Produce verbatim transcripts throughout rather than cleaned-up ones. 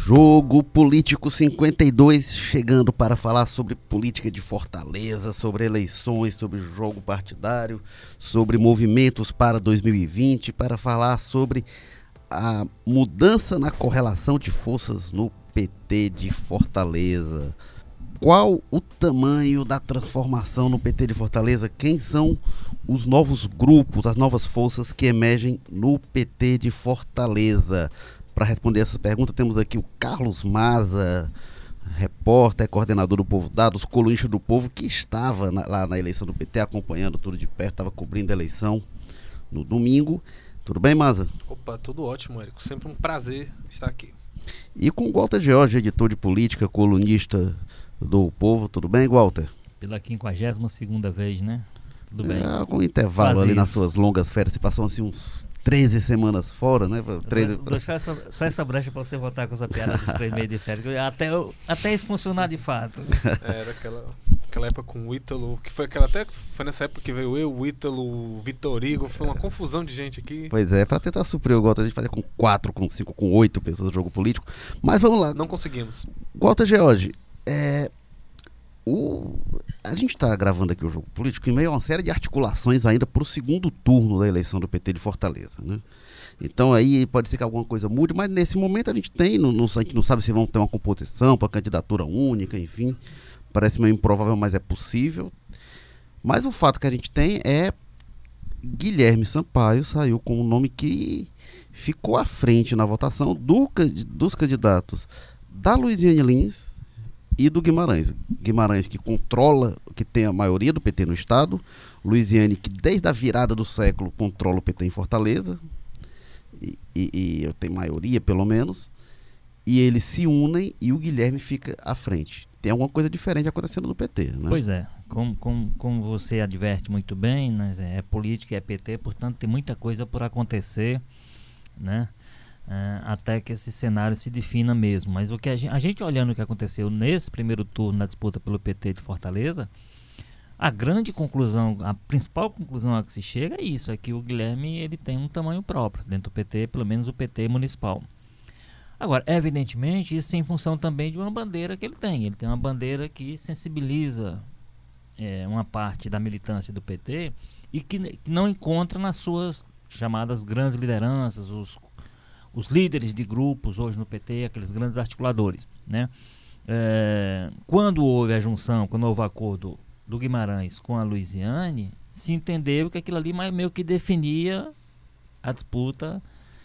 Jogo Político cinquenta e dois, chegando para falar sobre política de Fortaleza, sobre eleições, sobre jogo partidário, sobre movimentos para dois mil e vinte, para falar sobre a mudança na correlação de forças no P T de Fortaleza. Qual o tamanho da transformação no P T de Fortaleza? Quem são os novos grupos, as novas forças que emergem no P T de Fortaleza? Para responder essa pergunta, temos aqui o Carlos Maza, repórter, coordenador do Povo Dados, colunista do Povo, que estava na, lá na eleição do P T, acompanhando tudo de perto, estava cobrindo a eleição no domingo. Tudo bem, Maza? Opa, tudo ótimo, Érico. Sempre um prazer estar aqui. E com o Walter George, editor de política, colunista do Povo. Tudo bem, Walter? Pela quinquagésima segunda vez, né? Tudo bem. É, com intervalo Quase ali isso. nas suas longas férias. Você passou assim uns treze semanas fora, né? treze... Vou deixar essa, só essa brecha para você voltar com essa piada dos três meses de férias. Até, eu- até isso funcionar de fato. Era aquela, aquela época com o Ítalo, que foi aquela até foi nessa época que veio eu, o Ítalo, o Vitorigo, foi uma confusão de gente aqui. Pois é, para tentar suprir o Walter, a gente fazer com quatro, com cinco, com oito pessoas no jogo político. Mas vamos lá. Não conseguimos. Walter George, é, o, a gente está gravando aqui o jogo político em meio a uma série de articulações ainda para o segundo turno da eleição do P T de Fortaleza, né? Então aí pode ser que alguma coisa mude, mas nesse momento a gente tem, não, não, a gente não sabe se vão ter uma composição para candidatura única, enfim, parece meio improvável, mas é possível. Mas o fato que a gente tem é Guilherme Sampaio saiu com um nome que ficou à frente na votação do, dos candidatos da Luiziane Lins e do Guimarães. Guimarães, que controla, que tem a maioria do P T no estado. Luiziane, que desde a virada do século controla o P T em Fortaleza. E, e, e tem maioria, pelo menos. E eles se unem e o Guilherme fica à frente. Tem alguma coisa diferente acontecendo no P T, né? Pois é, como, como, como você adverte muito bem, né, é política e é P T, portanto tem muita coisa por acontecer, né? É, até que esse cenário se defina mesmo. Mas o que a gente, a gente olhando o que aconteceu nesse primeiro turno na disputa pelo P T de Fortaleza, a grande conclusão, a principal conclusão a que se chega é isso, é que o Guilherme ele tem um tamanho próprio dentro do P T, pelo menos o P T municipal. Agora, evidentemente, isso em função também de uma bandeira que ele tem. Ele tem uma bandeira que sensibiliza é, uma parte da militância do P T e que, que não encontra nas suas chamadas grandes lideranças, os os líderes de grupos hoje no P T, aqueles grandes articuladores, né? É, quando houve a junção, quando houve o acordo do Guimarães com a Luiziane, se entendeu que aquilo ali mais meio que definia a disputa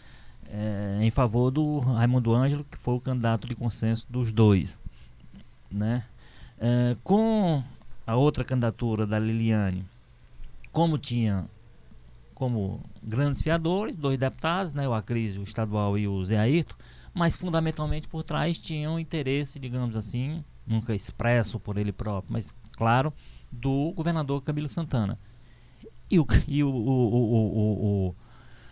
é, em favor do Raimundo Ângelo, que foi o candidato de consenso dos dois, né? É, com a outra candidatura da Liliane, como tinha como grandes fiadores, dois deputados, né, o Acrisio estadual e o Zé Ayrton, mas fundamentalmente por trás tinham interesse, digamos assim, nunca expresso por ele próprio, mas claro, do governador Camilo Santana. E o, e o, o, o, o, o,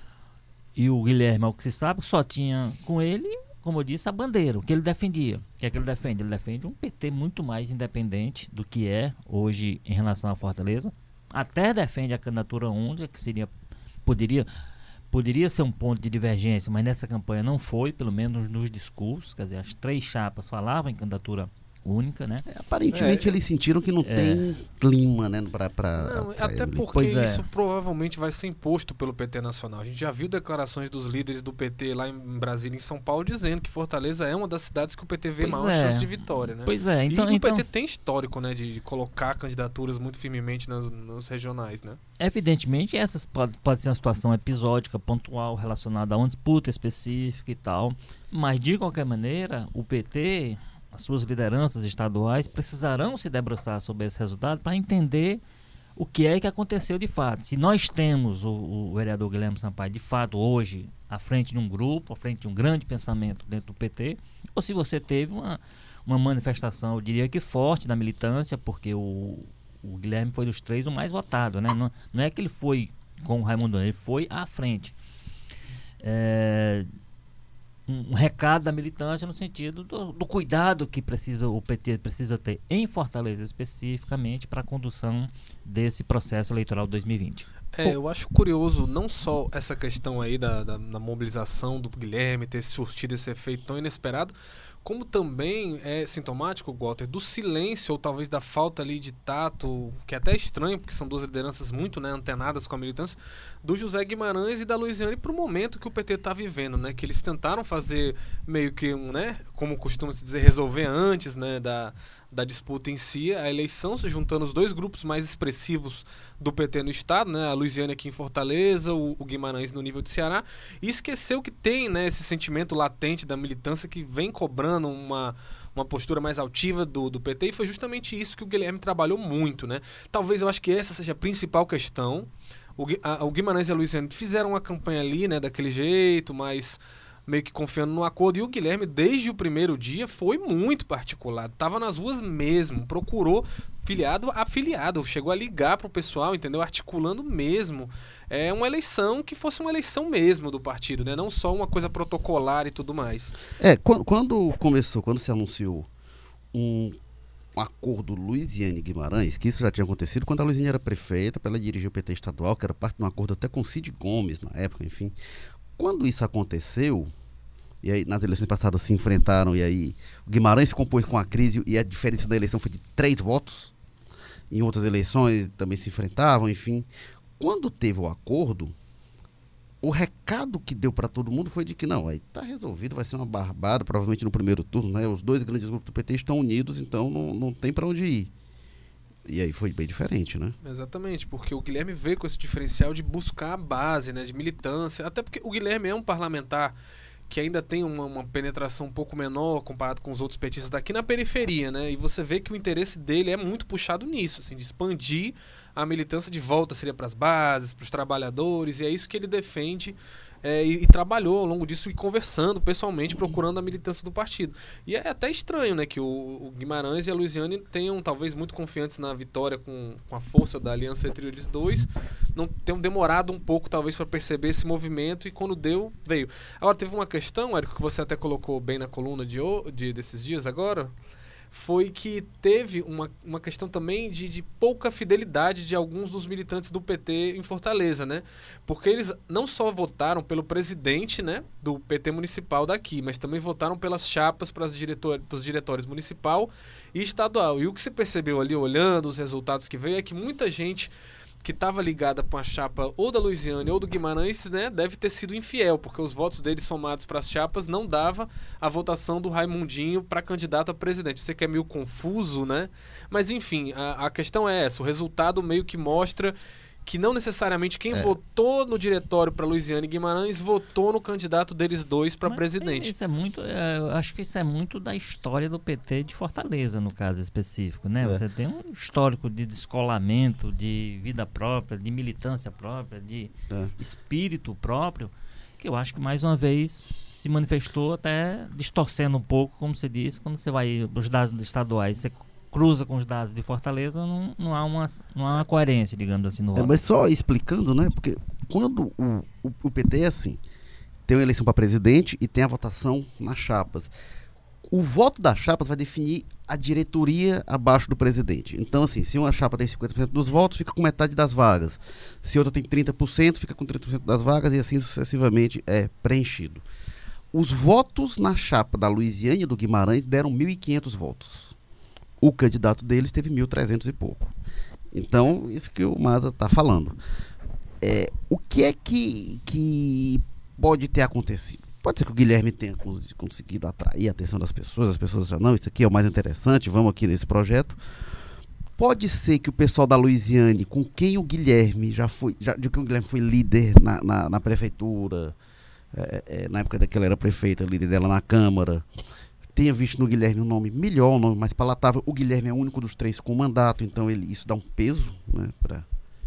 e o Guilherme, ao que se sabe, só tinha com ele, como eu disse, a bandeira, o que ele defendia. O que é que ele defende? Ele defende um P T muito mais independente do que é hoje em relação à Fortaleza. Até defende a candidatura única, que seria, poderia, poderia ser um ponto de divergência, mas nessa campanha não foi, pelo menos nos discursos. Quer dizer, as três chapas falavam em candidatura única, né? É, aparentemente É, eles sentiram que não é. tem clima, né, pra, pra, Não, pra até ele. porque Pois é. isso provavelmente vai ser imposto pelo P T nacional. A gente já viu declarações dos líderes do P T lá em Brasília e em São Paulo dizendo que Fortaleza é uma das cidades que o P T vê Pois maior é. chance de vitória, né? Pois é, então, e o então P T tem histórico, né, de, de colocar candidaturas muito firmemente nos, nos regionais, né? evidentemente, essa pode, pode ser uma situação episódica, pontual, relacionada a uma disputa específica e tal, mas de qualquer maneira, o P T, as suas lideranças estaduais, precisarão se debruçar sobre esse resultado para entender o que é que aconteceu de fato. Se nós temos o, o vereador Guilherme Sampaio, de fato, hoje, à frente de um grupo, à frente de um grande pensamento dentro do P T, ou se você teve uma, uma manifestação, eu diria que forte da militância, porque o, o Guilherme foi dos três o mais votado, né? Não, não é que ele foi com o Raimundo, ele foi à frente. É, um recado da militância no sentido do, do cuidado que precisa, o P T precisa ter em Fortaleza especificamente para a condução desse processo eleitoral dois mil e vinte. É, eu acho curioso não só essa questão aí da, da, da mobilização do Guilherme ter surtido esse efeito tão inesperado, como também é sintomático, Walter, do silêncio ou talvez da falta ali de tato, que é até estranho, porque são duas lideranças muito, né, antenadas com a militância, do José Guimarães e da Luiziane para o momento que o P T está vivendo, né, que eles tentaram fazer meio que um, né, como costuma se dizer, resolver antes, né, da, da disputa em si, a eleição, se juntando os dois grupos mais expressivos do P T no estado, né, a Luiziane aqui em Fortaleza, o, o Guimarães no nível de Ceará, e esqueceu que tem, né, esse sentimento latente da militância que vem cobrando uma, uma postura mais altiva do, do P T, e foi justamente isso que o Guilherme trabalhou muito, né? Talvez eu acho que essa seja a principal questão. O, a, o Guimarães e a Luiziane fizeram uma campanha ali, né, daquele jeito, mas meio que confiando no acordo, e o Guilherme desde o primeiro dia foi muito particular, tava nas ruas mesmo, procurou filiado a afiliado, chegou a ligar pro pessoal, entendeu? Articulando mesmo. É uma eleição que fosse uma eleição mesmo do partido, né? Não só uma coisa protocolar e tudo mais. É, quando, quando começou, quando se anunciou um, um acordo Luiziane Guimarães, que isso já tinha acontecido quando a Luiziane era prefeita, para ela dirigir o P T estadual, que era parte de um acordo até com Cid Gomes na época, enfim. Quando isso aconteceu, e aí nas eleições passadas se enfrentaram, e aí o Guimarães se compôs com a crise, e a diferença da eleição foi de três votos. Em outras eleições também se enfrentavam, enfim. Quando teve o acordo, o recado que deu para todo mundo foi de que não, aí tá resolvido, vai ser uma barbada, provavelmente no primeiro turno, né? Os dois grandes grupos do P T estão unidos, então não, não tem para onde ir. E aí foi bem diferente, né? Exatamente, porque o Guilherme veio com esse diferencial de buscar a base, né, de militância, até porque o Guilherme é um parlamentar que ainda tem uma, uma penetração um pouco menor comparado com os outros petistas daqui na periferia, né? E você vê que o interesse dele é muito puxado nisso, assim, de expandir a militância de volta, seria para as bases, para os trabalhadores, e é isso que ele defende. É, e, e trabalhou ao longo disso e conversando pessoalmente, procurando a militância do partido. E é até estranho, né, que o, o Guimarães e a Luiziane tenham, talvez muito confiantes na vitória com, com a força da aliança entre eles dois, não tenham demorado um pouco, talvez, para perceber esse movimento, e quando deu, veio. Agora, teve uma questão, Érico, que você até colocou bem na coluna de, de, desses dias agora, foi que teve uma, uma questão também de, de pouca fidelidade de alguns dos militantes do P T em Fortaleza, né? Porque eles não só votaram pelo presidente, né, do P T municipal daqui, mas também votaram pelas chapas para os diretor, diretórios municipal e estadual. E o que se percebeu ali, olhando os resultados que veio, é que muita gente que estava ligada com a chapa ou da Luiziane ou do Guimarães, né, deve ter sido infiel, porque os votos deles somados para as chapas não dava a votação do Raimundinho para candidato a presidente. Você que é meio confuso, né? Mas enfim, a, a questão é essa, o resultado meio que mostra que não necessariamente quem é. votou no diretório para Luiziane Guimarães votou no candidato deles dois para presidente. Isso é muito, é, eu acho que isso é muito da história do P T de Fortaleza, no caso específico, né? É. Você tem um histórico de descolamento, de vida própria, de militância própria, de é. espírito próprio, que eu acho que mais uma vez se manifestou até distorcendo um pouco, como você disse, quando você vai os dados estaduais, você cruza com os dados de Fortaleza, não, não, há, uma, não há uma coerência, digamos assim, no é, mas só explicando, né? Porque quando o, o, o P T é assim, tem uma eleição para presidente e tem a votação nas chapas. O voto das chapas vai definir a diretoria abaixo do presidente. Então, assim, se uma chapa tem cinquenta por cento dos votos, fica com metade das vagas. Se outra tem trinta por cento, fica com trinta por cento das vagas, e assim sucessivamente é preenchido. Os votos na chapa da Luiziane e do Guimarães deram mil e quinhentos votos. O candidato deles teve mil e trezentos e pouco. Então, isso que o Maza está falando. É, o que é que, que pode ter acontecido? Pode ser que o Guilherme tenha conseguido atrair a atenção das pessoas, as pessoas acham, não, isso aqui é o mais interessante, vamos aqui nesse projeto. Pode ser que o pessoal da Luiziane, com quem o Guilherme já foi, já, de que o Guilherme foi líder na, na, na prefeitura, é, é, na época que ela era prefeita, líder dela na Câmara, tenha visto no Guilherme um nome melhor, um nome mais palatável. O Guilherme é o único dos três com mandato, então ele, isso dá um peso, né, para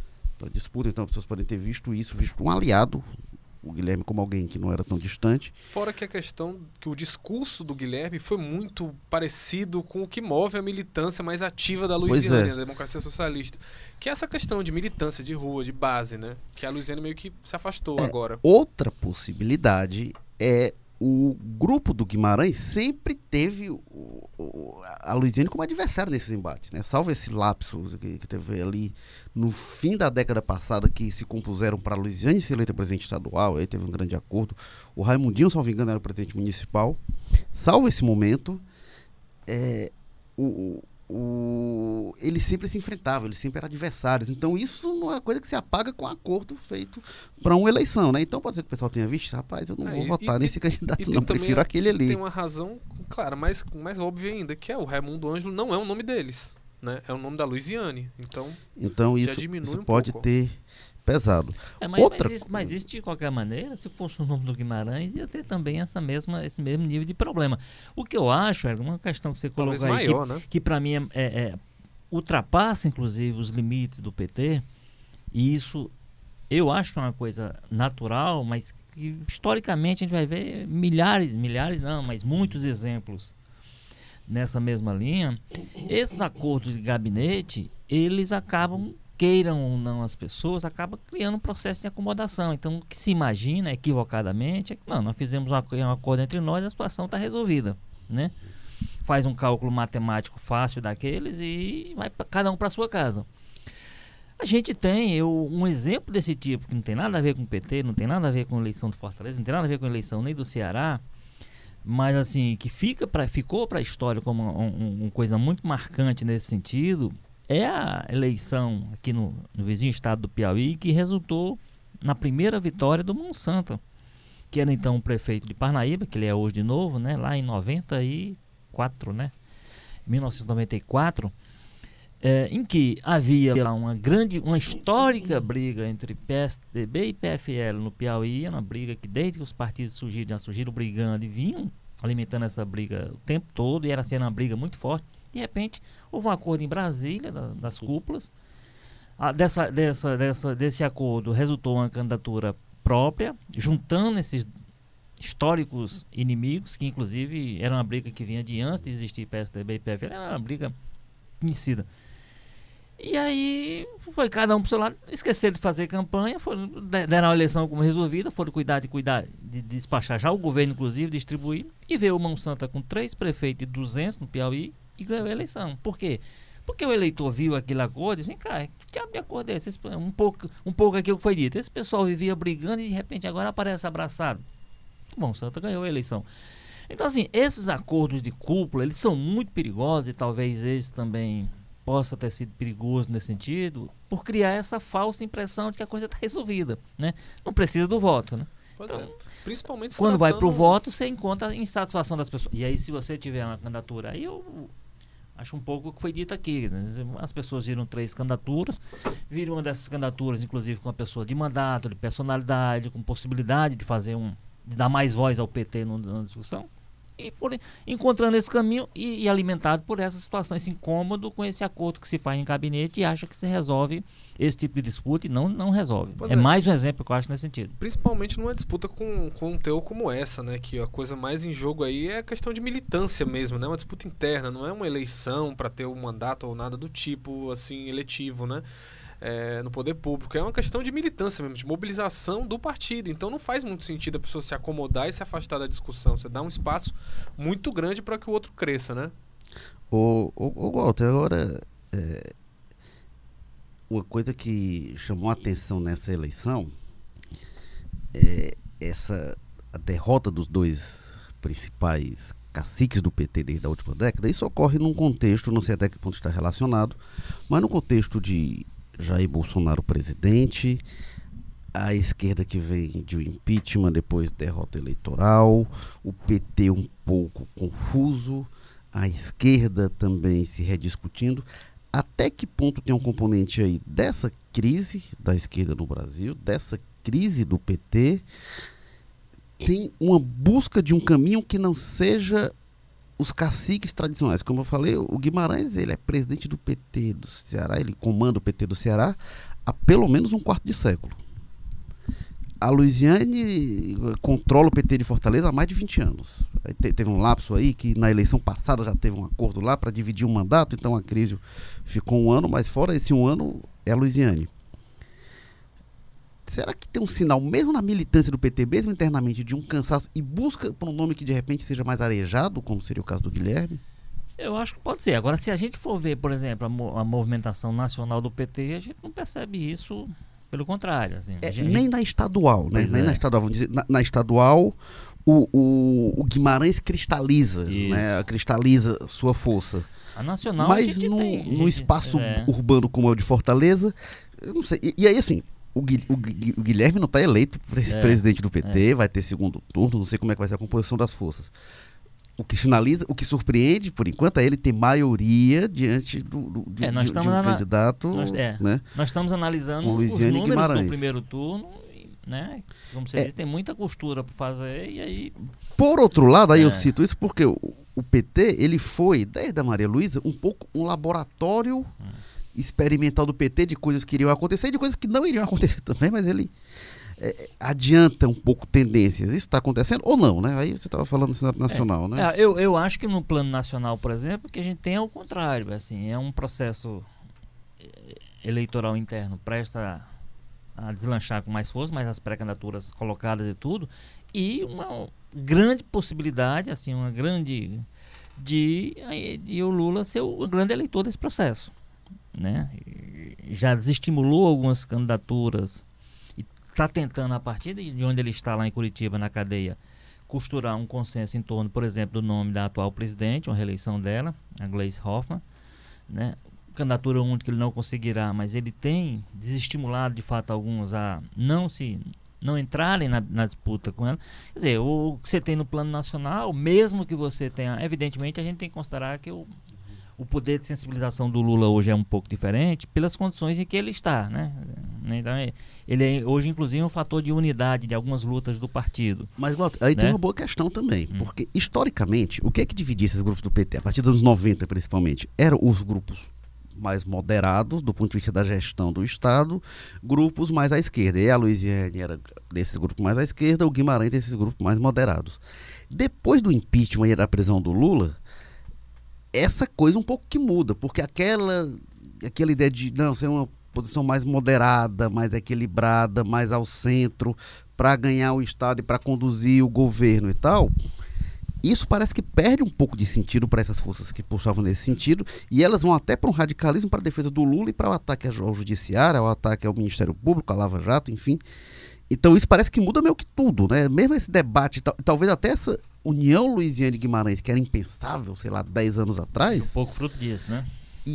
a disputa. Então as pessoas podem ter visto isso, visto um aliado, o Guilherme como alguém que não era tão distante. Fora que a questão, que o discurso do Guilherme foi muito parecido com o que move a militância mais ativa da Luiziane, é. da democracia socialista. Que é essa questão de militância de rua, de base, né? Que a Luiziane meio que se afastou é, agora. Outra possibilidade é o grupo do Guimarães sempre teve o, o, a Luiziane como adversário nesses embates, né? Salvo esse lapso que, que teve ali no fim da década passada, que se compuseram para a Luiziane ser eleita presidente estadual, aí teve um grande acordo. O Raimundinho, salvo engano, era o presidente municipal. Salvo esse momento, é, o, o, eles sempre se enfrentavam, eles sempre eram adversários. Então isso não é coisa que se apaga com acordo feito para uma eleição, né? Então pode ser que o pessoal tenha visto, rapaz, eu não é, vou e, votar e, nesse e, candidato, e não, prefiro a, aquele ali. Tem uma razão, claro, mais, mais óbvia ainda, que é o Raimundo Ângelo não é o nome deles, né? É o nome da Luiziane. Então, então isso, isso um pode pouco. ter pesado. É, mas, Outra... mas, isso, mas isso, de qualquer maneira, se fosse o nome do Guimarães, ia ter também essa mesma, esse mesmo nível de problema. O que eu acho, é uma questão que você colocou Talvez aí, maior, que, né? que para mim é, é, é, ultrapassa, inclusive, os limites do P T, e isso eu acho que é uma coisa natural, mas que historicamente a gente vai ver milhares, milhares não, mas muitos exemplos nessa mesma linha. Esses acordos de gabinete, eles acabam, queiram ou não as pessoas, acaba criando um processo de acomodação. Então, o que se imagina equivocadamente é que não, nós fizemos um acordo entre nós e a situação está resolvida, né? Faz um cálculo matemático fácil daqueles e vai pra, cada um para sua casa. A gente tem eu, um exemplo desse tipo, que não tem nada a ver com o P T, não tem nada a ver com a eleição de Fortaleza, não tem nada a ver com a eleição nem do Ceará, mas assim, que fica pra, ficou para a história como uma um, um coisa muito marcante nesse sentido, é a eleição aqui no, no vizinho estado do Piauí, que resultou na primeira vitória do Monsanto, que era então o prefeito de Parnaíba, que ele é hoje de novo, né, lá em noventa e quatro, né, mil novecentos e noventa e quatro, é, em que havia lá uma grande, uma histórica briga entre P S D B e P F L no Piauí, uma briga que desde que os partidos surgiram, já surgiram brigando e vinham alimentando essa briga o tempo todo, e era sendo uma briga muito forte. De repente, houve um acordo em Brasília, da, das cúpulas. Ah, dessa, dessa, dessa, desse acordo resultou uma candidatura própria, juntando esses históricos inimigos, que inclusive era uma briga que vinha de antes de existir P S D B e P F L, era uma briga conhecida. E aí, foi cada um pro seu lado, esqueceram de fazer campanha, foram, deram a eleição como resolvida, foram cuidar de cuidar de, de despachar já o governo, inclusive, distribuir, e veio o Monsanto com três prefeitos e duzentos no Piauí e ganhou a eleição. Por quê? Porque o eleitor viu aquele acordo e disse, vem cá, que diabo de acordo é esse? Esse, um pouco, um pouco aquilo que foi dito. Esse pessoal vivia brigando e de repente agora aparece abraçado. O Monsanto ganhou a eleição. Então, assim, esses acordos de cúpula, eles são muito perigosos, e talvez eles também possa ter sido perigoso nesse sentido, por criar essa falsa impressão de que a coisa está resolvida, né? Não precisa do voto, né? Pois então, é. Principalmente quando vai para o voto, você encontra a insatisfação das pessoas. E aí, se você tiver uma candidatura, aí eu acho um pouco o que foi dito aqui, né? As pessoas viram três candidaturas, viram uma dessas candidaturas, inclusive, com uma pessoa de mandato, de personalidade, com possibilidade de fazer um, de dar mais voz ao P T na discussão, e foram encontrando esse caminho e, e alimentado por essa situação, esse incômodo com esse acordo que se faz em gabinete e acha que se resolve esse tipo de disputa, e não, não resolve. É, é mais um exemplo que eu acho nesse sentido. Principalmente numa disputa com, com um teu como essa, né? Que a coisa mais em jogo aí é a questão de militância mesmo, né? Uma disputa interna, não é uma eleição para ter um mandato ou nada do tipo, assim, eletivo, né? É, no poder público. É uma questão de militância mesmo, de mobilização do partido. Então não faz muito sentido a pessoa se acomodar e se afastar da discussão. Você dá um espaço muito grande para que o outro cresça, né? O, o, o Walter, agora, é, uma coisa que chamou a atenção nessa eleição é essa, a derrota dos dois principais caciques do P T desde a última década. Isso ocorre num contexto, não sei até que ponto está relacionado, mas no contexto de Jair Bolsonaro presidente, a esquerda que vem de um impeachment depois de derrota eleitoral, o P T um pouco confuso, a esquerda também se rediscutindo. Até que ponto tem um componente aí dessa crise da esquerda no Brasil, dessa crise do P T, tem uma busca de um caminho que não seja os caciques tradicionais? Como eu falei, o Guimarães, ele é presidente do P T do Ceará, ele comanda o P T do Ceará há pelo menos um quarto de século. A Luiziane controla o P T de Fortaleza há mais de vinte anos. Aí te, teve um lapso aí que na eleição passada já teve um acordo lá para dividir o mandato, então a crise ficou um ano, mas fora esse um ano é a Luiziane. será que tem um sinal, mesmo na militância do P T, mesmo internamente, de um cansaço e busca por um nome que de repente seja mais arejado, como seria o caso do Guilherme? Eu acho que pode ser. Agora, se a gente for ver, por exemplo, a, mo- a movimentação nacional do P T, a gente não percebe isso, pelo contrário. Assim, É, a gente- nem na estadual, né? Pois Nem é. na estadual, vamos dizer, na, na estadual o, o, o Guimarães cristaliza, Isso. né? Cristaliza sua força. A nacional a Mas gente no, tem. a no gente- espaço é. urbano como é o de Fortaleza, eu não sei. E, e aí, assim, o, Gui- o Gui- o Guilherme não está eleito pre- É, presidente do P T, vai ter segundo turno, não sei como é que vai ser a composição das forças. O que sinaliza, o que surpreende, por enquanto, é ele ter maioria diante do, do- de, É, nós de- de estamos um na- candidato, nós- é. né? Nós estamos analisando Com os Luiziane números Guimarães. do primeiro turno, e, né? Como você É. disse, tem muita costura para fazer e aí. Por outro lado, aí É. eu cito isso porque o, o P T, ele foi, desde a Maria Luísa, um pouco um laboratório Hum. experimental do P T de coisas que iriam acontecer e de coisas que não iriam acontecer também, mas ele é, adianta um pouco tendências. Isso está acontecendo ou não, né? Aí você estava falando do cenário nacional, né? É, eu, eu acho que no plano nacional, por exemplo, que a gente tem é o contrário. Assim, é um processo eh, eleitoral interno presta a deslanchar com mais força, mais as pré-candidaturas colocadas e tudo, e uma grande possibilidade, assim, uma grande de, de o Lula ser o grande eleitor desse processo, né? E já desestimulou algumas candidaturas e está tentando, a partir de onde ele está lá em Curitiba, na cadeia, costurar um consenso em torno, por exemplo, do nome da atual presidente, uma reeleição dela, a Gleisi Hoffmann, né? Candidatura única ele não conseguirá, mas ele tem desestimulado de fato alguns a não se não entrarem na, na disputa com ela. Quer dizer, o que você tem no plano nacional, mesmo que você tenha, evidentemente a gente tem que considerar que o, o poder de sensibilização do Lula hoje é um pouco diferente pelas condições em que ele está, né? Então, ele é hoje inclusive um fator de unidade de algumas lutas do partido. Mas, Walter, aí né? tem uma boa questão também, Hum. porque historicamente, o que é que dividia esses grupos do P T, a partir dos anos noventa principalmente? Eram os grupos mais moderados do ponto de vista da gestão do Estado, grupos mais à esquerda. E a Luiziane era desses grupos mais à esquerda, o Guimarães desses grupos mais moderados. Depois do impeachment e da prisão do Lula, essa coisa um pouco que muda, porque aquela, aquela ideia de não ser uma posição mais moderada, mais equilibrada, mais ao centro, para ganhar o Estado e para conduzir o governo e tal, isso parece que perde um pouco de sentido para essas forças que puxavam nesse sentido, e elas vão até para um radicalismo para a defesa do Lula e para o ataque ao judiciário, ao ataque ao Ministério Público, à Lava Jato, enfim. Então isso parece que muda meio que tudo, né? Mesmo esse debate, tal, talvez até essa união Luiziane Guimarães, que era impensável, sei lá, dez anos atrás, Um pouco fruto disso, né?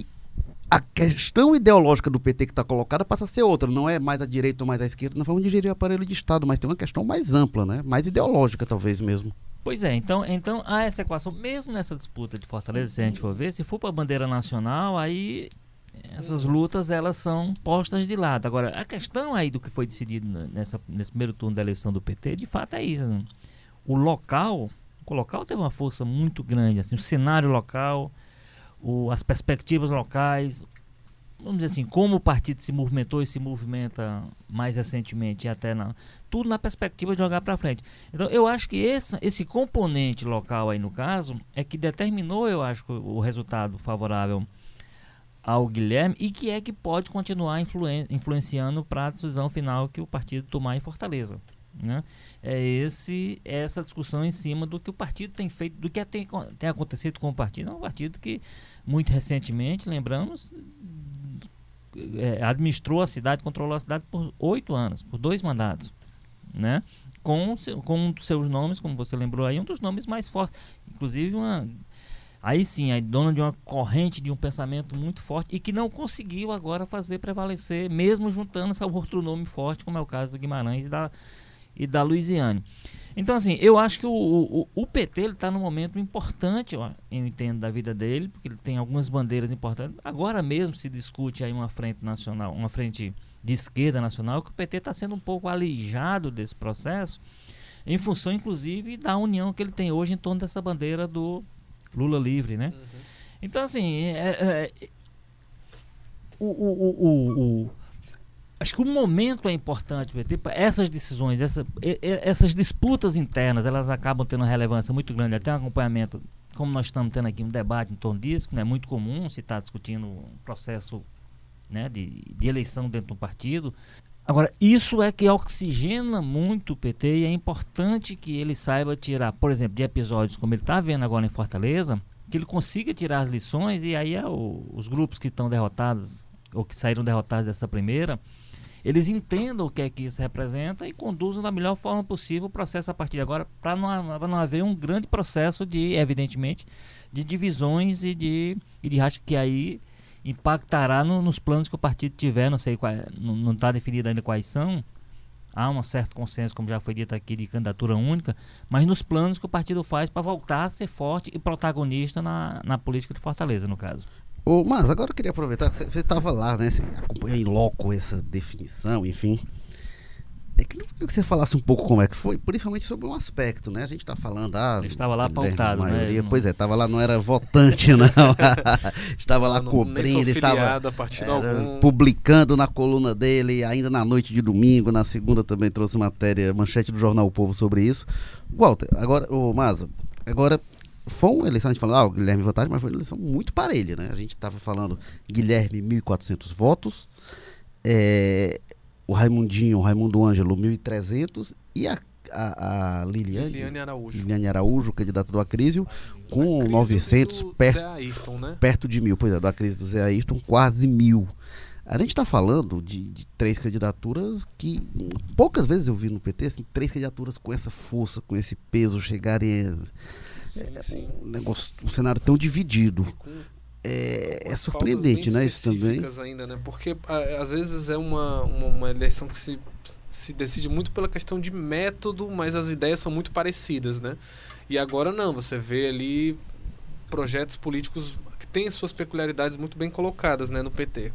a questão ideológica do P T que está colocada passa a ser outra, não é mais à direita ou mais à esquerda na forma de gerir o aparelho de Estado, mas tem uma questão mais ampla, né? Mais ideológica talvez mesmo. Pois é, então, então há essa equação, mesmo nessa disputa de Fortaleza, se a gente for ver, se for para a bandeira nacional, aí essas lutas elas são postas de lado. Agora, a questão aí do que foi decidido nessa, nesse primeiro turno da eleição do P T, de fato é isso. Né? O local, o local teve uma força muito grande, assim, o cenário local, o, as perspectivas locais, vamos dizer assim, como o partido se movimentou e se movimenta mais recentemente, e até na, tudo na perspectiva de jogar para frente. Então, eu acho que esse, esse componente local aí, no caso, é que determinou, eu acho, o, o resultado favorável ao Guilherme e que é que pode continuar influen, influenciando para a decisão final que o partido tomar em Fortaleza. Né? É esse, essa discussão em cima do que o partido tem feito, do que tem, tem acontecido com o partido. É um partido que, muito recentemente, lembramos, é, administrou a cidade, controlou a cidade por oito anos, por dois mandatos, né? Com, com um dos seus nomes, como você lembrou aí, um dos nomes mais fortes, inclusive uma, aí sim, a dona de uma corrente de um pensamento muito forte e que não conseguiu agora fazer prevalecer, mesmo juntando-se ao outro nome forte, como é o caso do Guimarães e da, e da Luiziane. Então, assim, eu acho que o, o, o P T está num momento importante, ó, eu entendo, da vida dele, porque ele tem algumas bandeiras importantes. Agora mesmo se discute aí uma frente nacional, uma frente de esquerda nacional, que o P T está sendo um pouco alijado desse processo, em função, inclusive, da união que ele tem hoje em torno dessa bandeira do Lula livre, né? Uhum. Então, assim, é, é, o, o, o, o acho que o momento é importante, P T, essas decisões, essa, essas disputas internas, elas acabam tendo uma relevância muito grande, até um acompanhamento, como nós estamos tendo aqui um debate em torno disso, que não é muito comum se estar discutindo um processo, né, de, de eleição dentro do partido. Agora, isso é que oxigena muito o P T e é importante que ele saiba tirar, por exemplo, de episódios como ele está vendo agora em Fortaleza, que ele consiga tirar as lições e aí é o, os grupos que estão derrotados ou que saíram derrotados dessa primeira, eles entendam o que é que isso representa e conduzam da melhor forma possível o processo a partir de agora, para não, não haver um grande processo de, evidentemente, de divisões e de, e de acho que aí impactará no, nos planos que o partido tiver, não sei qual, não está definido ainda quais são. Há um certo consenso, como já foi dito aqui, de candidatura única, mas nos planos que o partido faz para voltar a ser forte e protagonista na, na política de Fortaleza, no caso. Ô, mas agora eu queria aproveitar que você estava lá, né? Você acompanhou em loco essa definição, enfim. É que eu queria que você falasse um pouco como é que foi, principalmente sobre um aspecto, né? A gente está falando... Ah, estava lá pautado, maioria, né? Pois é, estava lá, não era votante, não. Estava lá não, cobrindo, estava a partido algum. publicando na coluna dele, ainda na noite de domingo, na segunda também trouxe matéria, manchete do Jornal O Povo sobre isso. Walter, agora, ô Maza, agora... Foi uma eleição, a gente falou, ah, o Guilherme vantagem, mas foi uma eleição muito parelha, né? A gente estava falando, Guilherme, mil e quatrocentos votos, é, o Raimundinho, o Raimundo Ângelo, mil e trezentos, e a, a, a Liliane, Liliane Araújo. Liliane Araújo, candidata do Acrísio, com Acrísio novecentos, per, Zé Ayrton, né? perto de mil, pois é, do Acrísio do Zé Ayrton, quase mil. A gente está falando de, de três candidaturas que poucas vezes eu vi no P T, assim, três candidaturas com essa força, com esse peso, chegarem... Sim, sim. Um, negócio, um cenário tão dividido. É, é surpreendente, né? Isso também. Ainda, né? Porque a, às vezes é uma, uma, uma eleição que se, se decide muito pela questão de método, mas as ideias são muito parecidas, né? E agora não, você vê ali projetos políticos que têm suas peculiaridades muito bem colocadas, né, no P T.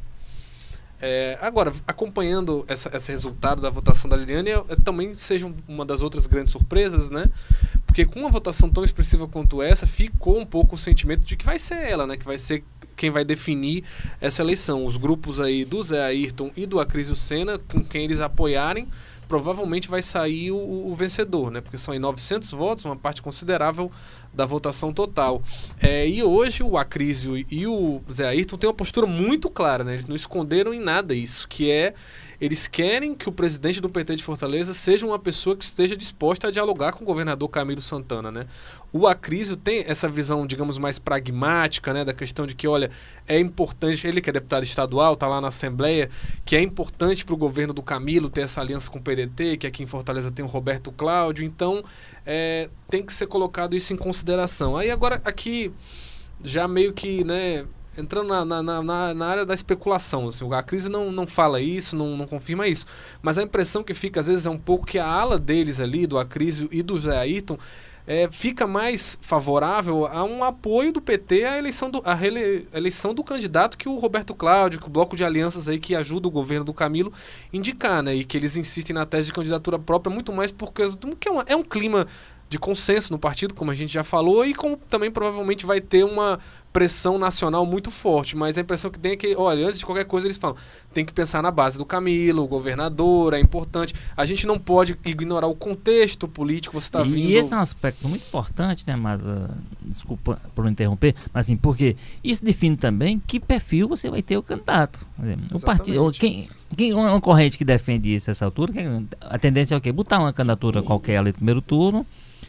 É, agora, acompanhando essa, esse resultado da votação da Liliane, é, é, também seja uma das outras grandes surpresas, né? Porque com uma votação tão expressiva quanto essa, ficou um pouco o sentimento de que vai ser ela, né? Que vai ser quem vai definir essa eleição. Os grupos aí do Zé Ayrton e do Acrísio Senna, com quem eles apoiarem, provavelmente vai sair o, o vencedor, né? Porque são aí novecentos votos, uma parte considerável da votação total. É, e hoje o Acrísio e o Zé Ayrton têm uma postura muito clara, né? Eles não esconderam em nada isso, que é... Eles querem que o presidente do P T de Fortaleza seja uma pessoa que esteja disposta a dialogar com o governador Camilo Santana, né? O Acrísio tem essa visão, digamos, mais pragmática, né? Da questão de que, olha, é importante, ele que é deputado estadual, está lá na Assembleia, que é importante para o governo do Camilo ter essa aliança com o P D T, que aqui em Fortaleza tem o Roberto Cláudio, então é, tem que ser colocado isso em consideração. Aí agora aqui, já meio que, né... entrando na, na, na, na área da especulação, assim, a crise não, não fala isso, não, não confirma isso, mas a impressão que fica às vezes é um pouco que a ala deles ali, do Acrísio e do Zé Ayrton, é, fica mais favorável a um apoio do P T à eleição do, à rele, eleição do candidato que o Roberto Cláudio, que o bloco de alianças aí que ajuda o governo do Camilo indicar, né, e que eles insistem na tese de candidatura própria muito mais porque é, uma, é um clima de consenso no partido, como a gente já falou, e como também provavelmente vai ter uma pressão nacional muito forte, mas a impressão que tem é que, olha, antes de qualquer coisa eles falam, tem que pensar na base do Camilo, o governador, é importante, a gente não pode ignorar o contexto político, você está vindo... E esse é um aspecto muito importante, né, mas, uh, desculpa por interromper, mas assim, porque isso define também que perfil você vai ter o candidato. O partido, quem, quem, uma corrente que defende isso a essa altura, a tendência é o quê? Botar uma candidatura qualquer ali no primeiro turno,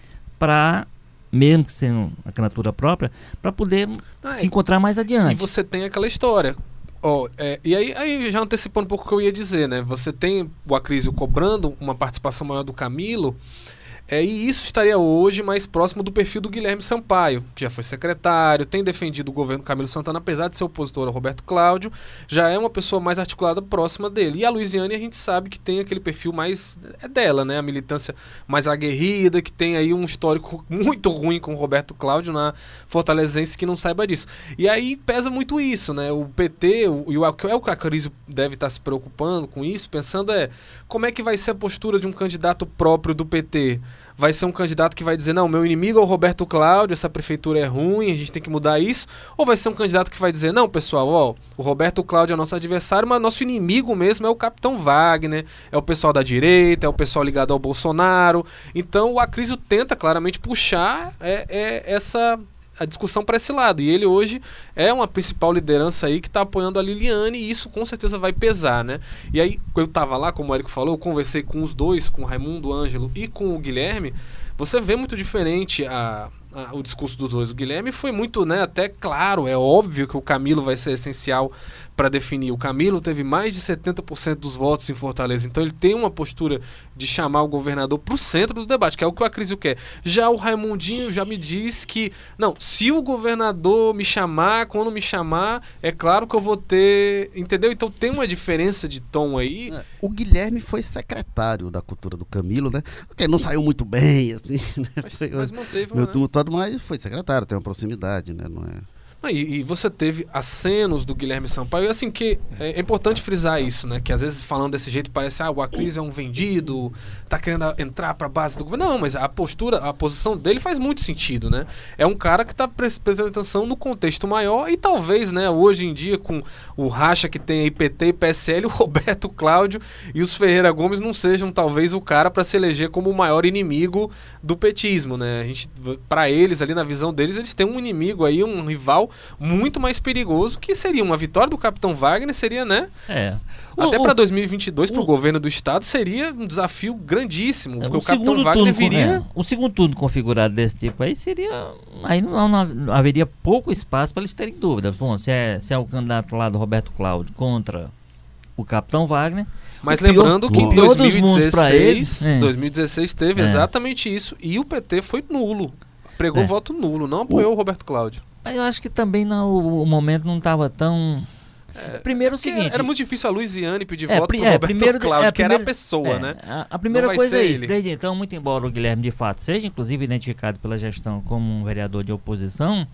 para, mesmo que sendo a candidatura própria, para poder ah, se encontrar mais adiante. E você tem aquela história. Oh, é, e aí, aí, já antecipando um pouco o que eu ia dizer, né? Você tem o Acrísio cobrando uma participação maior do Camilo, é, e isso estaria hoje mais próximo do perfil do Guilherme Sampaio, que já foi secretário, tem defendido o governo Camilo Santana, apesar de ser opositor ao Roberto Cláudio, já é uma pessoa mais articulada próxima dele. E a Luiziane a gente sabe que tem aquele perfil mais é dela, né? A militância mais aguerrida, que tem aí um histórico muito ruim com o Roberto Cláudio na Fortalezense que não saiba disso. E aí pesa muito isso, né? O P T, o, e o, é o que a Acrísio deve estar se preocupando com isso, pensando é como é que vai ser a postura de um candidato próprio do P T? Vai ser um candidato que vai dizer, não, meu inimigo é o Roberto Cláudio, essa prefeitura é ruim, a gente tem que mudar isso? Ou vai ser um candidato que vai dizer, não, pessoal, ó, o Roberto Cláudio é nosso adversário, mas nosso inimigo mesmo é o Capitão Wagner, é o pessoal da direita, é o pessoal ligado ao Bolsonaro. Então o Acrísio tenta claramente puxar é, é, essa... a discussão para esse lado. E ele hoje é uma principal liderança aí que está apoiando a Liliane, e isso com certeza vai pesar, né? E aí, eu estava lá, como o Érico falou, eu conversei com os dois, com o Raimundo, o Ângelo e com o Guilherme. Você vê muito diferente a... o discurso dos dois. O Guilherme foi muito, né, até claro, é óbvio que o Camilo vai ser essencial para definir. O Camilo teve mais de setenta por cento dos votos em Fortaleza, então ele tem uma postura de chamar o governador para o centro do debate, que é o que o Acrísio quer. Já o Raimundinho já me diz que, não, se o governador me chamar, quando me chamar, é claro que eu vou ter, entendeu? Então tem uma diferença de tom aí. É, o Guilherme foi secretário da cultura do Camilo, né? Porque não saiu muito bem, assim, né? Mas, mas manteve, meu né? tumultuado, mas foi secretário, tem uma proximidade, né? Não é... Ah, e, e você teve acenos do Guilherme Sampaio, assim, que é, é importante frisar isso, né? Que às vezes falando desse jeito parece, ah, o Acrísio é um vendido, tá querendo entrar pra base do governo. Não, mas a postura, a posição dele faz muito sentido, né? É um cara que tá prestando atenção no contexto maior e talvez, né, hoje em dia com o racha que tem aí P T e P S L, o Roberto Cláudio e os Ferreira Gomes não sejam talvez o cara para se eleger como o maior inimigo do petismo, né? A gente, para eles ali na visão deles, eles têm um inimigo aí, um rival muito mais perigoso, que seria uma vitória do Capitão Wagner, seria, né? É. Até para dois mil e vinte e dois, para o o, governo do estado, seria um desafio grandíssimo, porque o, o Capitão Wagner viria... É, o segundo turno configurado desse tipo aí seria... Aí não, não, não haveria pouco espaço para eles terem dúvida. Bom, se é, se é o candidato lá do Roberto Cláudio contra o Capitão Wagner... Mas lembrando que em dois mil e dezesseis, ele, é. dois mil e dezesseis teve é. exatamente isso, e o P T foi nulo. Pregou é. voto nulo, não apoiou o, o Roberto Cláudio. Mas eu acho que também não, o, o momento não estava tão... É, primeiro o seguinte... Era muito difícil a Luiziane pedir é, voto pro é, Roberto primeiro, Cláudio, é, que primeiro, era a pessoa, é, né? A, a primeira coisa é isso. Desde então, muito embora o Guilherme de fato seja, inclusive, identificado pela gestão como um vereador de oposição,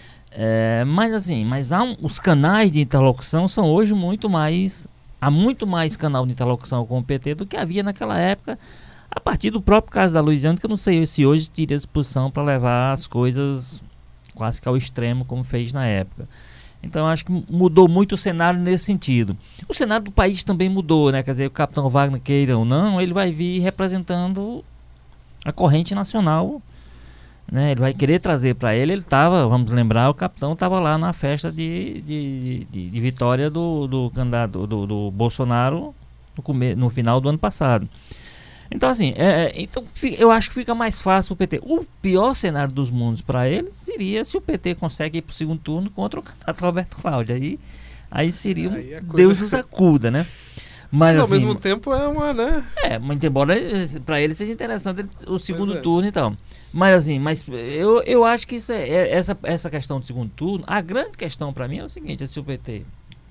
é, mas assim, mas há um, os canais de interlocução são hoje muito mais... Há muito mais canal de interlocução com o P T do que havia naquela época, a partir do próprio caso da Luiziane, que eu não sei se hoje teria disposição para levar as coisas quase que ao extremo, como fez na época. Então, acho que mudou muito o cenário nesse sentido. O cenário do país também mudou, né? Quer dizer, o Capitão Wagner, queira ou não, ele vai vir representando a corrente nacional, né? Ele vai querer trazer para ele, ele estava, vamos lembrar, o Capitão estava lá na festa de, de, de, de vitória do, do candidato do, do Bolsonaro no, come, no final do ano passado. Então, assim, é, então, eu acho que fica mais fácil o P T. O pior cenário dos mundos para ele seria se o P T consegue ir para o segundo turno contra o candidato Roberto Cláudio. Aí, aí seria um aí coisa... Deus nos acuda, né? Mas, mas ao assim, mesmo tempo é uma, né? É, mas embora para ele seja interessante o segundo é. turno e tal. Mas assim, mas eu, eu acho que isso é, é, essa, essa questão do segundo turno, a grande questão para mim é o seguinte, é se o P T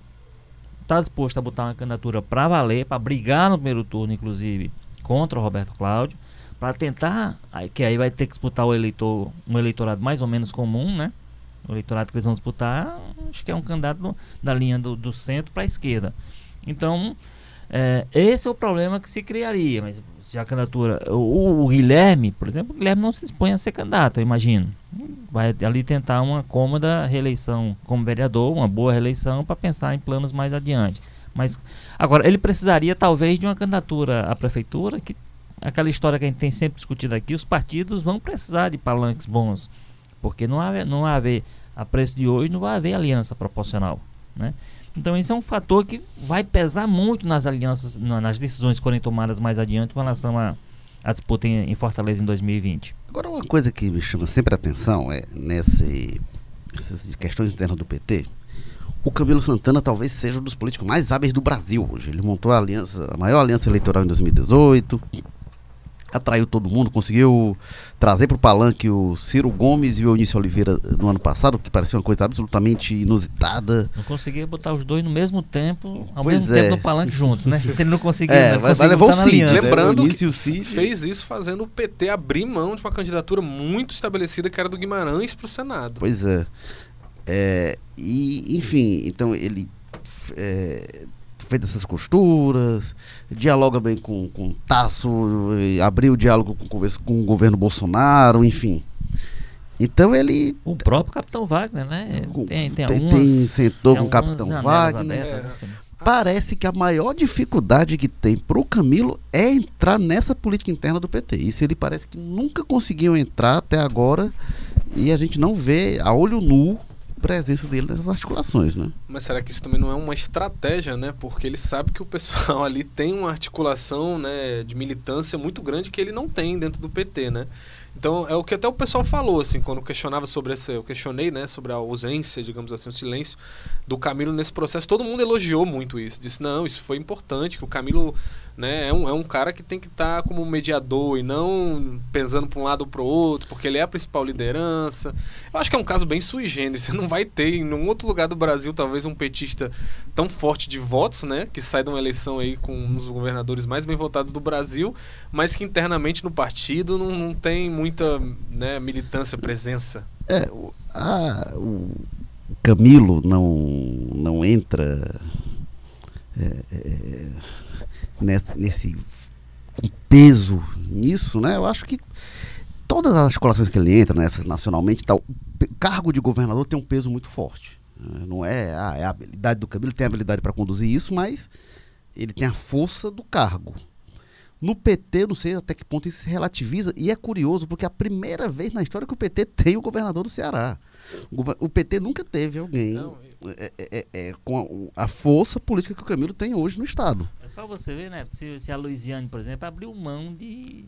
está disposto a botar uma candidatura para valer, para brigar no primeiro turno, inclusive, contra o Roberto Cláudio, para tentar, que aí vai ter que disputar o eleitor, um eleitorado mais ou menos comum, né? O eleitorado que eles vão disputar, acho que é um candidato da linha do, do centro para a esquerda. Então, é, esse é o problema que se criaria. Mas se a candidatura, o, o Guilherme, por exemplo, o Guilherme não se dispõe a ser candidato, eu imagino. Vai ali tentar uma cômoda reeleição como vereador, uma boa reeleição, para pensar em planos mais adiante. Mas agora ele precisaria talvez de uma candidatura à prefeitura, que aquela história que a gente tem sempre discutido aqui, os partidos vão precisar de palanques bons, porque não há, não há haver, a preço de hoje não vai haver aliança proporcional, né? Então isso é um fator que vai pesar muito nas alianças, nas decisões que forem tomadas mais adiante com relação à, à disputa em, em Fortaleza em dois mil e vinte. Agora, uma coisa que me chama sempre a atenção é nesse, nessas questões internas do P T. O Camilo Santana talvez seja um dos políticos mais hábeis do Brasil hoje. Ele montou a aliança, a maior aliança eleitoral em dois mil e dezoito, atraiu todo mundo, conseguiu trazer para o palanque o Ciro Gomes e o Eunício Oliveira no ano passado, que parecia uma coisa absolutamente inusitada. Não conseguia botar os dois no mesmo tempo, ao pois mesmo é. tempo no palanque juntos, né? Se ele não conseguia, é, né? vai, vai levar o Cid. Lembrando é, o que o Cid. fez isso fazendo o P T abrir mão de uma candidatura muito estabelecida, que era do Guimarães, para o Senado. Pois é. É, e, enfim, então ele é, fez essas costuras, dialoga bem com, com o Tasso, abriu o diálogo com, com o governo Bolsonaro, enfim. Então ele... O próprio Capitão Wagner, né? Tem, tem, tem, algumas, tem sentou tem com o Capitão Wagner. Abertas, é. Parece que a maior dificuldade que tem pro Camilo é entrar nessa política interna do P T. Isso ele parece que nunca conseguiu entrar até agora. e a gente não vê a olho nu a presença dele nessas articulações, né? Mas será que isso também não é uma estratégia, né? Porque ele sabe que o pessoal ali tem uma articulação, né, de militância muito grande que ele não tem dentro do P T, né? Então, é o que até o pessoal falou, assim, quando questionava sobre essa... Eu questionei, né, sobre a ausência, digamos assim, o silêncio do Camilo nesse processo. Todo mundo elogiou muito isso. Disse, não, isso foi importante, que o Camilo, né, é um, é um cara que tem que estar tá como mediador e não pensando para um lado ou para o outro, porque ele é a principal liderança. Eu acho que é um caso bem sui generis. Você não vai ter em nenhum outro lugar do Brasil, talvez, um petista tão forte de votos, né, que sai de uma eleição aí com um dos governadores mais bem votados do Brasil, mas que internamente no partido não, não tem muita, né, militância, presença. É, o, a, o Camilo não, não entra é, é, nesse, nesse com peso nisso, né? Eu acho que todas as articulações que ele entra, nessas nacionalmente, tal, o cargo de governador tem um peso muito forte. Não é, ah, é a habilidade do Camilo, tem a habilidade para conduzir isso, mas ele tem a força do cargo. No P T, eu não sei até que ponto isso se relativiza, e é curioso, porque é a primeira vez na história que o P T tem o governador do Ceará. O, o P T nunca teve alguém não, é, é, é, com a, a força política que o Camilo tem hoje no Estado. É só você ver, né? Se, se a Luiziane, por exemplo, abriu mão de,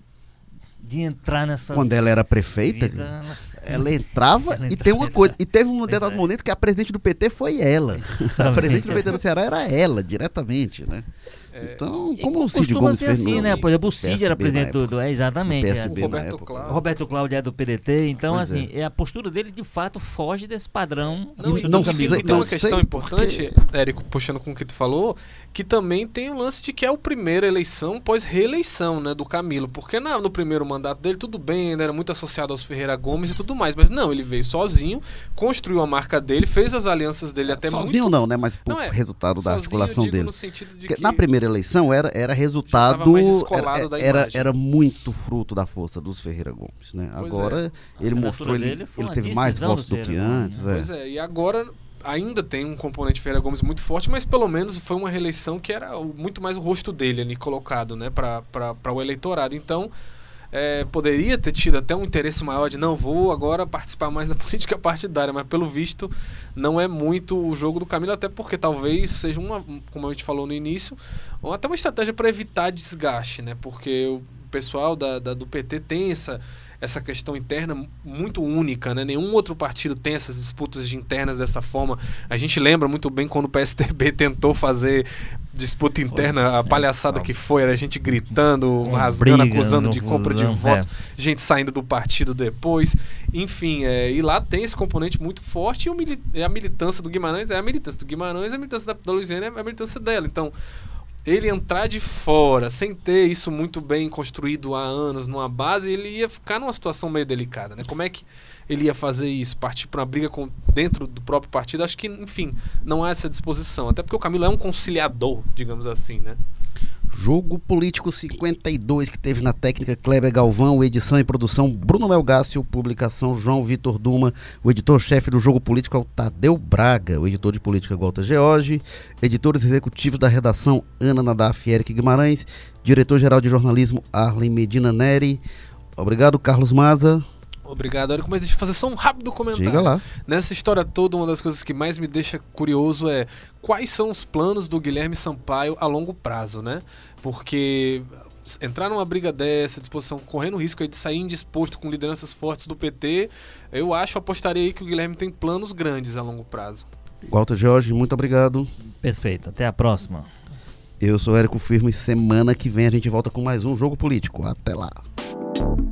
de entrar nessa... Quando ela era prefeita, vida, ela, ela entrava ela e tem uma coisa... E teve um determinado é. momento que a presidente do P T foi ela. A presidente do P T do Ceará era ela, diretamente, né? É, então, como o Cid Gomes ser fez assim, no, né? Por exemplo, o Cid era presidente do... É, exatamente. P S B é. O Roberto Cláudio. Roberto Cláudio é do P D T, então, pois assim, é. a postura dele, de fato, foge desse padrão. Não, do não sei, sei, tem uma não questão sei importante, porque... Érico, puxando com o que tu falou, que também tem o lance de que é a primeira eleição pós-reeleição, né, do Camilo, porque na, no primeiro mandato dele, tudo bem, ainda era muito associado aos Ferreira Gomes e tudo mais, mas não, ele veio sozinho, construiu a marca dele, fez as alianças dele é, até sozinho muito... não, né, mas por não, é, resultado da articulação dele. No sentido de que que na primeira eleição era, era resultado, era, era, era muito fruto da força dos Ferreira Gomes, né? Pois agora é. ele mostrou, ele, ele teve mais votos do que antes. É. Pois é, e agora... ainda tem um componente Ferreira Gomes muito forte, mas pelo menos foi uma reeleição que era muito mais o rosto dele ali colocado, né, para o eleitorado. Então, é, poderia ter tido até um interesse maior de não, vou agora participar mais da política partidária, mas pelo visto não é muito o jogo do Camilo, até porque talvez seja uma, como a gente falou no início, ou até uma estratégia para evitar desgaste, né, porque o pessoal da, da, do P T tem essa... essa questão interna muito única, né? Nenhum outro partido tem essas disputas de internas dessa forma. A gente lembra muito bem quando o P S D B tentou fazer disputa interna, a palhaçada que foi, era a gente gritando, rasgando, acusando de compra de voto, gente saindo do partido depois, enfim, é, e lá tem esse componente muito forte, e o mili- a militância do Guimarães é a militância do Guimarães, a militância da, da Luiziane é a militância dela. Então, ele entrar de fora, sem ter isso muito bem construído há anos numa base, ele ia ficar numa situação meio delicada, né? Como é que ele ia fazer isso? Partir para uma briga com, dentro do próprio partido? Acho que, enfim, não há essa disposição. Até porque o Camilo é um conciliador, digamos assim, né? Jogo Político cinquenta e dois, que teve na técnica Kleber Galvão, edição e produção Bruno Melgácio, publicação João Vitor Duma, o editor-chefe do Jogo Político é o Tadeu Braga, o editor de política Walter George, editores executivos da redação Ana Nadaf e Eric Guimarães, diretor-geral de jornalismo Arlen Medina Neri. Obrigado, Carlos Maza. Obrigado, Érico, mas deixa eu fazer só um rápido comentário. Diga lá. Nessa história toda, uma das coisas que mais me deixa curioso é quais são os planos do Guilherme Sampaio a longo prazo, né? Porque entrar numa briga dessa, disposição, correndo o risco aí de sair indisposto com lideranças fortes do P T, eu acho, apostaria aí que o Guilherme tem planos grandes a longo prazo. Walter George, muito obrigado. Perfeito, até a próxima. Eu sou Érico Firmo e semana que vem a gente volta com mais um Jogo Político. Até lá.